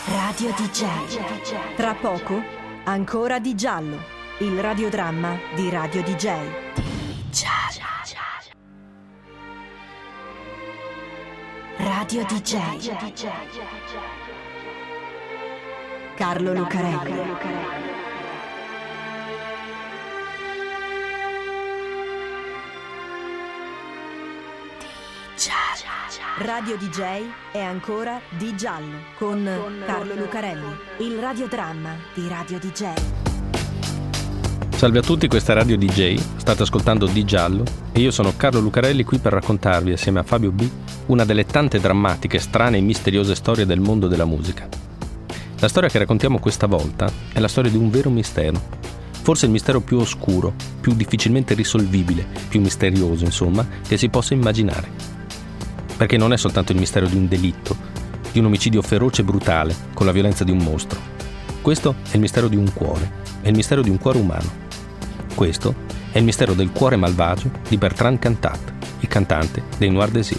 Radio DJ. Tra poco, ancora di giallo, il radiodramma di Radio DJ. Radio DJ. Carlo Lucarelli. Radio DJ è ancora di giallo con Carlo Lucarelli, il radiodramma di Radio DJ. Salve a tutti, questa è Radio DJ, state ascoltando Di Giallo e io sono Carlo Lucarelli qui per raccontarvi assieme a Fabio B una delle tante drammatiche, strane e misteriose storie del mondo della musica. La storia che raccontiamo questa volta è la storia di un vero mistero, forse il mistero più oscuro, più difficilmente risolvibile, più misterioso, insomma, che si possa immaginare. Perché non è soltanto il mistero di un delitto, di un omicidio feroce e brutale, con la violenza di un mostro. Questo è il mistero di un cuore, è il mistero di un cuore umano. Questo è il mistero del cuore malvagio di Bertrand Cantat, il cantante dei Noir Désir.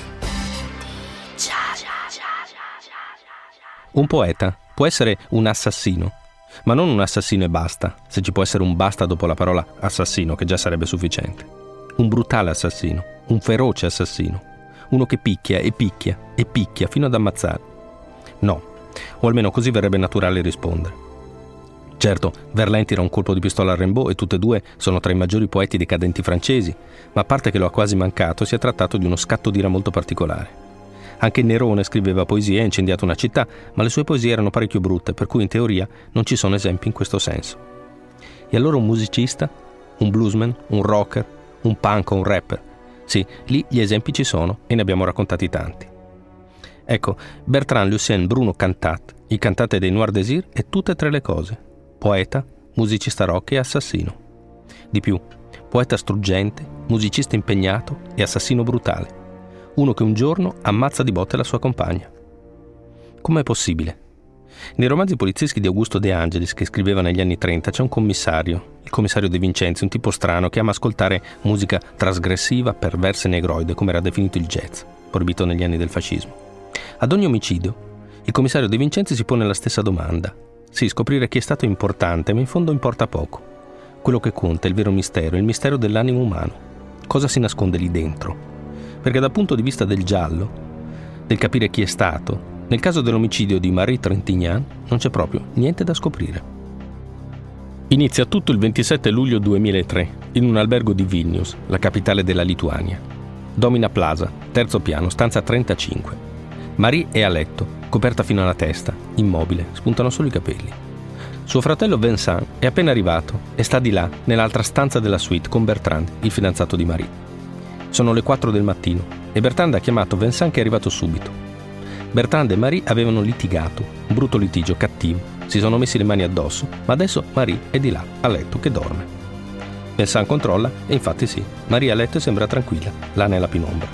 Un poeta può essere un assassino, ma non un assassino e basta, se ci può essere un basta dopo la parola assassino, che già sarebbe sufficiente. Un brutale assassino, un feroce assassino. Uno che picchia e picchia e picchia fino ad ammazzare. No, o almeno così verrebbe naturale rispondere. Certo, Verlaine tira un colpo di pistola a Rimbaud e tutte e due sono tra i maggiori poeti decadenti francesi, ma a parte che lo ha quasi mancato, si è trattato di uno scatto d'ira molto particolare. Anche Nerone scriveva poesie e ha incendiato una città, ma le sue poesie erano parecchio brutte, per cui in teoria non ci sono esempi in questo senso. E allora un musicista, un bluesman, un rocker, un punk o un rapper? Sì, lì gli esempi ci sono e ne abbiamo raccontati tanti. Ecco, Bertrand Lucien Bruno Cantat, il cantante dei Noir Désir, è tutte e tre le cose. Poeta, musicista rock e assassino. Di più, poeta struggente, musicista impegnato e assassino brutale. Uno che un giorno ammazza di botte la sua compagna. Com'è possibile? Nei romanzi polizieschi di Augusto De Angelis, che scriveva negli anni 30, c'è un commissario, il commissario De Vincenzi, un tipo strano che ama ascoltare musica trasgressiva, perversa e negroide, come era definito il jazz, proibito negli anni del fascismo. Ad ogni omicidio, il commissario De Vincenzi si pone la stessa domanda. Sì, scoprire chi è stato è importante, ma in fondo importa poco. Quello che conta è il vero mistero, il mistero dell'animo umano. Cosa si nasconde lì dentro? Perché dal punto di vista del giallo, del capire chi è stato, nel caso dell'omicidio di Marie Trintignant non c'è proprio niente da scoprire. Inizia tutto il 27 luglio 2003 in un albergo di Vilnius, la capitale della Lituania. Domina Plaza, terzo piano, stanza 35. Marie è a letto, coperta fino alla testa, immobile, spuntano solo i capelli. Suo fratello Vincent è appena arrivato e sta di là, nell'altra stanza della suite, con Bertrand, il fidanzato di Marie. Sono le 4 del mattino e Bertrand ha chiamato Vincent che è arrivato subito. Bertrand e Marie avevano litigato, un brutto litigio cattivo, si sono messi le mani addosso, ma adesso Marie è di là, a letto, che dorme. Vincent controlla e infatti sì, Marie a letto e sembra tranquilla, là nella penombra.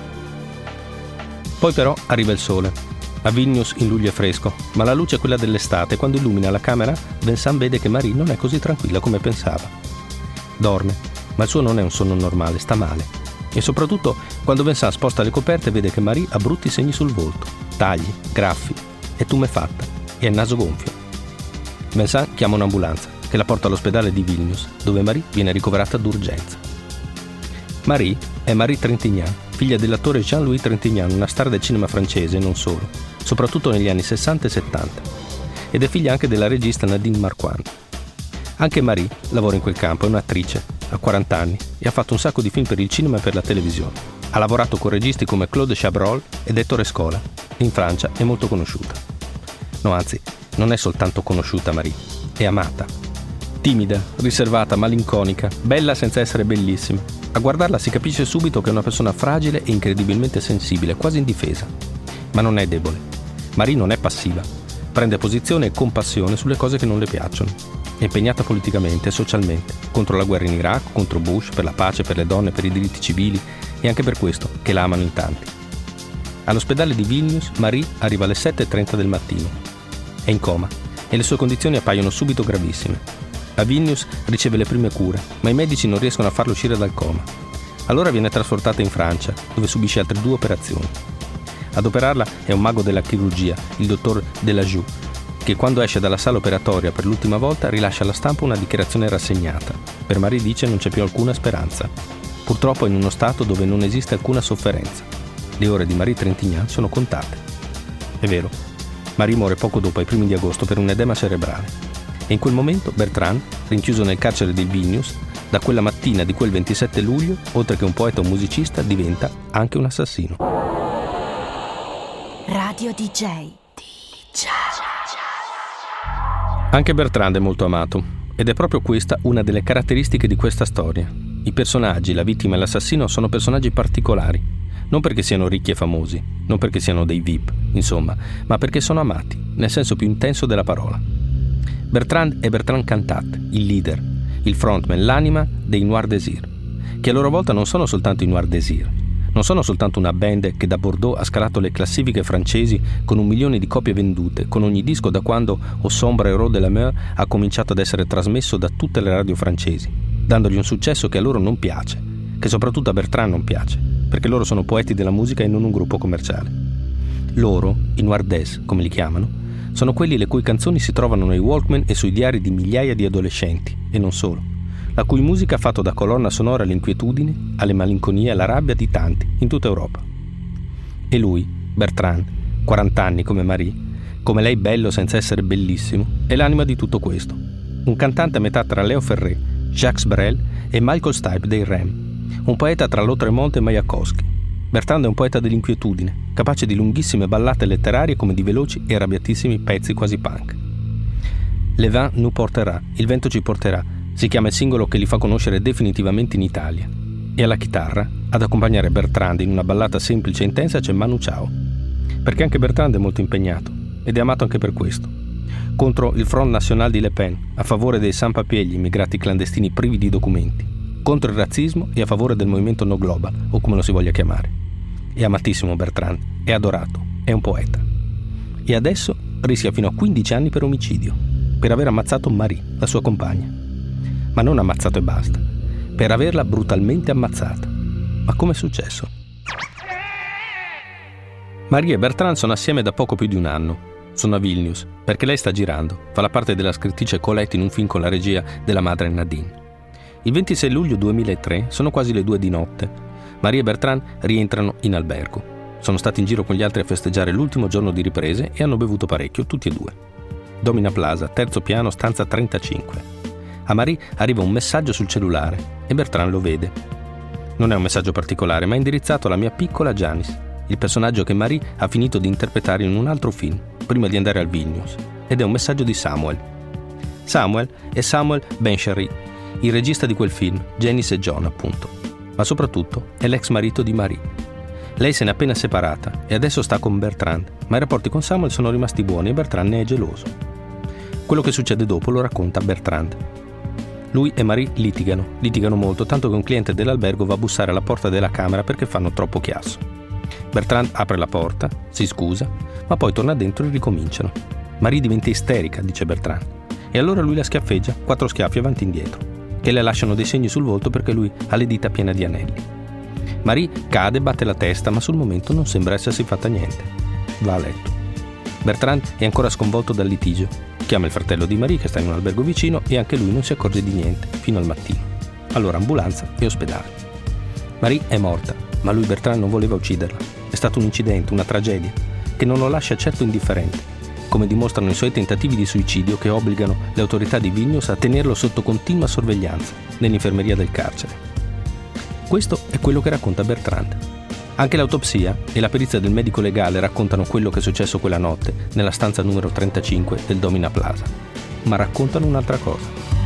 Poi però arriva il sole. A Vilnius in luglio è fresco, ma la luce è quella dell'estate e quando illumina la camera, Vincent vede che Marie non è così tranquilla come pensava. Dorme, ma il suo non è un sonno normale, sta male. E soprattutto, quando Vincent sposta le coperte vede che Marie ha brutti segni sul volto, tagli, graffi, è tumefatta e ha il naso gonfio. Vincent chiama un'ambulanza che la porta all'ospedale di Vilnius, dove Marie viene ricoverata d'urgenza. Marie è Marie Trintignant, figlia dell'attore Jean-Louis Trintignant, una star del cinema francese e non solo, soprattutto negli anni 60 e 70, ed è figlia anche della regista Nadine Marquand. Anche Marie lavora in quel campo, è un'attrice, ha 40 anni e ha fatto un sacco di film per il cinema e per la televisione. Ha lavorato con registi come Claude Chabrol ed Ettore Scola. In Francia è molto conosciuta. No, anzi, non è soltanto conosciuta Marie, è amata. Timida, riservata, malinconica, bella senza essere bellissima. A guardarla si capisce subito che è una persona fragile e incredibilmente sensibile, quasi indifesa. Ma non è debole. Marie non è passiva. Prende posizione e compassione sulle cose che non le piacciono. È impegnata politicamente e socialmente, contro la guerra in Iraq, contro Bush, per la pace, per le donne, per i diritti civili e anche per questo che la amano in tanti. All'ospedale di Vilnius, Marie arriva alle 7:30 del mattino. È in coma e le sue condizioni appaiono subito gravissime. A Vilnius riceve le prime cure, ma i medici non riescono a farlo uscire dal coma. Allora viene trasportata in Francia, dove subisce altre 2 operazioni. Ad operarla è un mago della chirurgia, il dottor Delajoux, che quando esce dalla sala operatoria per l'ultima volta rilascia alla stampa una dichiarazione rassegnata. Per Marie, dice, non c'è più alcuna speranza. Purtroppo è in uno stato dove non esiste alcuna sofferenza. Le ore di Marie Trintignant sono contate. È vero, Marie muore poco dopo, ai primi di agosto, per un edema cerebrale. E in quel momento Bertrand, rinchiuso nel carcere di Vilnius, da quella mattina di quel 27 luglio, oltre che un poeta o un musicista, diventa anche un assassino. Radio DJ. Anche Bertrand è molto amato, ed è proprio questa una delle caratteristiche di questa storia. I personaggi, la vittima e l'assassino, sono personaggi particolari, non perché siano ricchi e famosi, non perché siano dei VIP, insomma, ma perché sono amati, nel senso più intenso della parola. Bertrand è Bertrand Cantat, il leader, il frontman, l'anima dei Noir Désir, che a loro volta non sono soltanto i Noir Désir, non sono soltanto una band che da Bordeaux ha scalato le classifiche francesi con 1 milione di copie vendute, con ogni disco da quando Au sombre héros de la mer ha cominciato ad essere trasmesso da tutte le radio francesi, dandogli un successo che a loro non piace, che soprattutto a Bertrand non piace, perché loro sono poeti della musica e non un gruppo commerciale. Loro, i Noir Dés, come li chiamano, sono quelli le cui canzoni si trovano nei Walkman e sui diari di migliaia di adolescenti, e non solo, la cui musica ha fatto da colonna sonora all'inquietudine, alle malinconie e alla rabbia di tanti in tutta Europa. E lui, Bertrand, 40 anni come Marie, come lei bello senza essere bellissimo, è l'anima di tutto questo. Un cantante a metà tra Léo Ferré, Jacques Brel e Michael Stipe dei Rem. Un poeta tra Lautréamont e Majakovsky. Bertrand è un poeta dell'inquietudine, capace di lunghissime ballate letterarie come di veloci e arrabbiatissimi pezzi quasi punk. Le vent nous portera, il vento ci porterà, si chiama il singolo che li fa conoscere definitivamente in Italia. E alla chitarra, ad accompagnare Bertrand in una ballata semplice e intensa, c'è Manu Chao. Perché anche Bertrand è molto impegnato, ed è amato anche per questo. Contro il Front National di Le Pen, a favore dei sans-papiers, gli immigrati clandestini privi di documenti, contro il razzismo e a favore del movimento No Global, o come lo si voglia chiamare. È amatissimo Bertrand, è adorato, è un poeta. E adesso rischia fino a 15 anni per omicidio, per aver ammazzato Marie, la sua compagna. Ma non ammazzato e basta, per averla brutalmente ammazzata. Ma come è successo? Marie e Bertrand sono assieme da poco più di un anno. Sono a Vilnius, perché lei sta girando, fa la parte della scrittrice Colette in un film con la regia della madre Nadine. Il 26 luglio 2003 sono quasi le 2 di notte. Marie e Bertrand rientrano in albergo. Sono stati in giro con gli altri a festeggiare l'ultimo giorno di riprese e hanno bevuto parecchio, tutti e due. Domina Plaza, terzo piano, stanza 35. A Marie arriva un messaggio sul cellulare e Bertrand lo vede. Non è un messaggio particolare, ma è indirizzato alla mia piccola Janice, il personaggio che Marie ha finito di interpretare in un altro film, prima di andare al Vilnius, ed è un messaggio di Samuel. Samuel è Samuel Bencherry, il regista di quel film, Janice e John, appunto, ma soprattutto è l'ex marito di Marie. Lei se n'è appena separata e adesso sta con Bertrand, ma i rapporti con Samuel sono rimasti buoni e Bertrand ne è geloso. Quello che succede dopo lo racconta Bertrand. Lui e Marie litigano molto, tanto che un cliente dell'albergo va a bussare alla porta della camera perché fanno troppo chiasso. Bertrand apre la porta, si scusa, ma poi torna dentro e ricominciano. Marie diventa isterica, dice Bertrand, e allora lui la schiaffeggia, 4 schiaffi avanti e indietro, che le lasciano dei segni sul volto perché lui ha le dita piene di anelli. Marie cade, batte la testa, ma sul momento non sembra essersi fatta niente. Va a letto. Bertrand è ancora sconvolto dal litigio. Chiama il fratello di Marie che sta in un albergo vicino e anche lui non si accorge di niente fino al mattino. Allora ambulanza e ospedale. Marie è morta, ma lui Bertrand non voleva ucciderla. È stato un incidente, una tragedia, che non lo lascia certo indifferente, come dimostrano i suoi tentativi di suicidio che obbligano le autorità di Vilnius a tenerlo sotto continua sorveglianza nell'infermeria del carcere. Questo è quello che racconta Bertrand. Anche l'autopsia e la perizia del medico legale raccontano quello che è successo quella notte nella stanza numero 35 del Domina Plaza, ma raccontano un'altra cosa.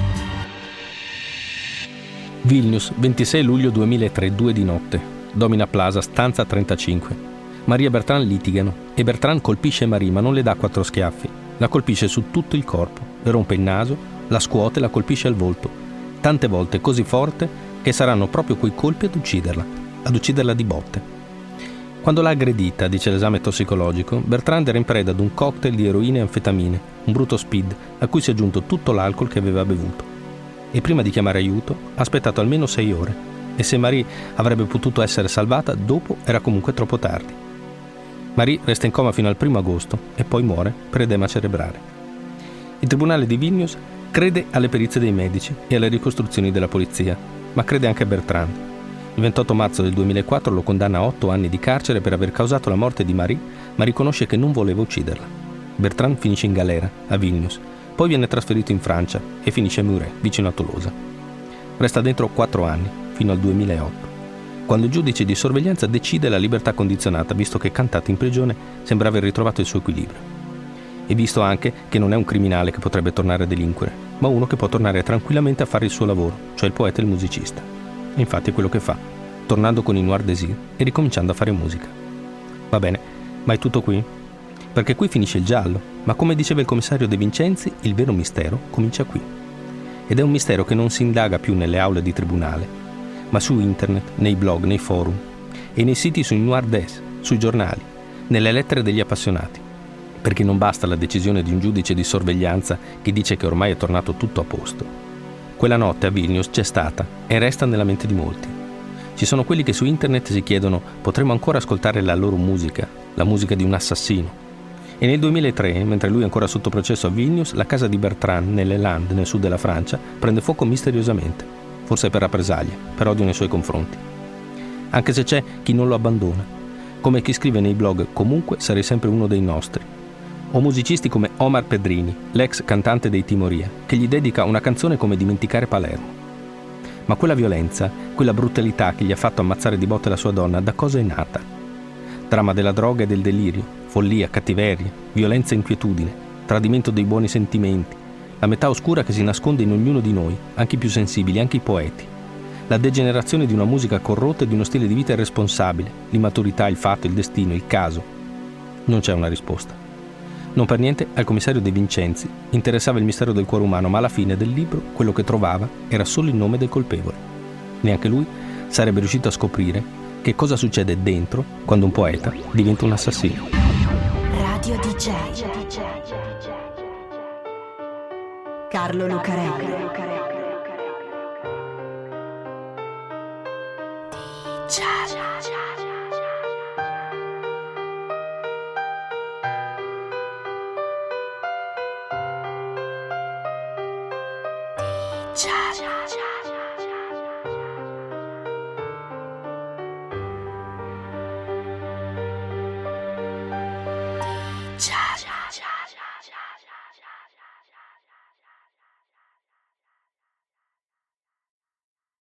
Vilnius, 26 luglio 2003, 2 di notte. Domina Plaza, stanza 35. Marie e Bertrand litigano e Bertrand colpisce Marie, ma non le dà 4 schiaffi. La colpisce su tutto il corpo, le rompe il naso, la scuote e la colpisce al volto. Tante volte così forte che saranno proprio quei colpi ad ucciderla di botte. Quando l'ha aggredita, dice l'esame tossicologico, Bertrand era in preda ad un cocktail di eroina e anfetamine, un brutto speed, a cui si è aggiunto tutto l'alcol che aveva bevuto. E prima di chiamare aiuto, ha aspettato almeno 6 ore. E se Marie avrebbe potuto essere salvata, dopo era comunque troppo tardi. Marie resta in coma fino al 1 agosto e poi muore per edema cerebrale. Il tribunale di Vilnius crede alle perizie dei medici e alle ricostruzioni della polizia, ma crede anche a Bertrand. Il 28 marzo del 2004 lo condanna a 8 anni di carcere per aver causato la morte di Marie, ma riconosce che non voleva ucciderla. Bertrand finisce in galera, a Vilnius, poi viene trasferito in Francia e finisce a Muret, vicino a Tolosa. Resta dentro 4 anni, fino al 2008, quando il giudice di sorveglianza decide la libertà condizionata, visto che Cantat in prigione sembra aver ritrovato il suo equilibrio. E visto anche che non è un criminale che potrebbe tornare a delinquere, ma uno che può tornare tranquillamente a fare il suo lavoro, cioè il poeta e il musicista. E infatti è quello che fa, tornando con i Noir Désir e ricominciando a fare musica. Va bene, ma è tutto qui? Perché qui finisce il giallo, ma come diceva il commissario De Vincenzi, il vero mistero comincia qui. Ed è un mistero che non si indaga più nelle aule di tribunale, ma su internet, nei blog, nei forum e nei siti sui Noir Des, sui giornali, nelle lettere degli appassionati. Perché non basta la decisione di un giudice di sorveglianza che dice che ormai è tornato tutto a posto. Quella notte a Vilnius c'è stata e resta nella mente di molti. Ci sono quelli che su internet si chiedono: potremmo ancora ascoltare la loro musica, la musica di un assassino? E nel 2003, mentre lui è ancora sotto processo a Vilnius, la casa di Bertrand, nelle Landes, nel sud della Francia, prende fuoco misteriosamente, forse per rappresaglie, per odio nei suoi confronti. Anche se c'è chi non lo abbandona, come chi scrive nei blog «Comunque sarei sempre uno dei nostri», o musicisti come Omar Pedrini, l'ex cantante dei Timoria, che gli dedica una canzone come Dimenticare Palermo. Ma quella violenza, quella brutalità che gli ha fatto ammazzare di botte la sua donna, da cosa è nata? Dramma della droga e del delirio, follia, cattiveria, violenza e inquietudine, tradimento dei buoni sentimenti, la metà oscura che si nasconde in ognuno di noi, anche i più sensibili, anche i poeti, la degenerazione di una musica corrotta e di uno stile di vita irresponsabile, l'immaturità, il fatto, il destino, il caso. Non c'è una risposta. Non per niente al commissario De Vincenzi interessava il mistero del cuore umano, ma alla fine del libro quello che trovava era solo il nome del colpevole. Neanche lui sarebbe riuscito a scoprire che cosa succede dentro quando un poeta diventa un assassino. Radio DJ Carlo Lucarelli. Ciao.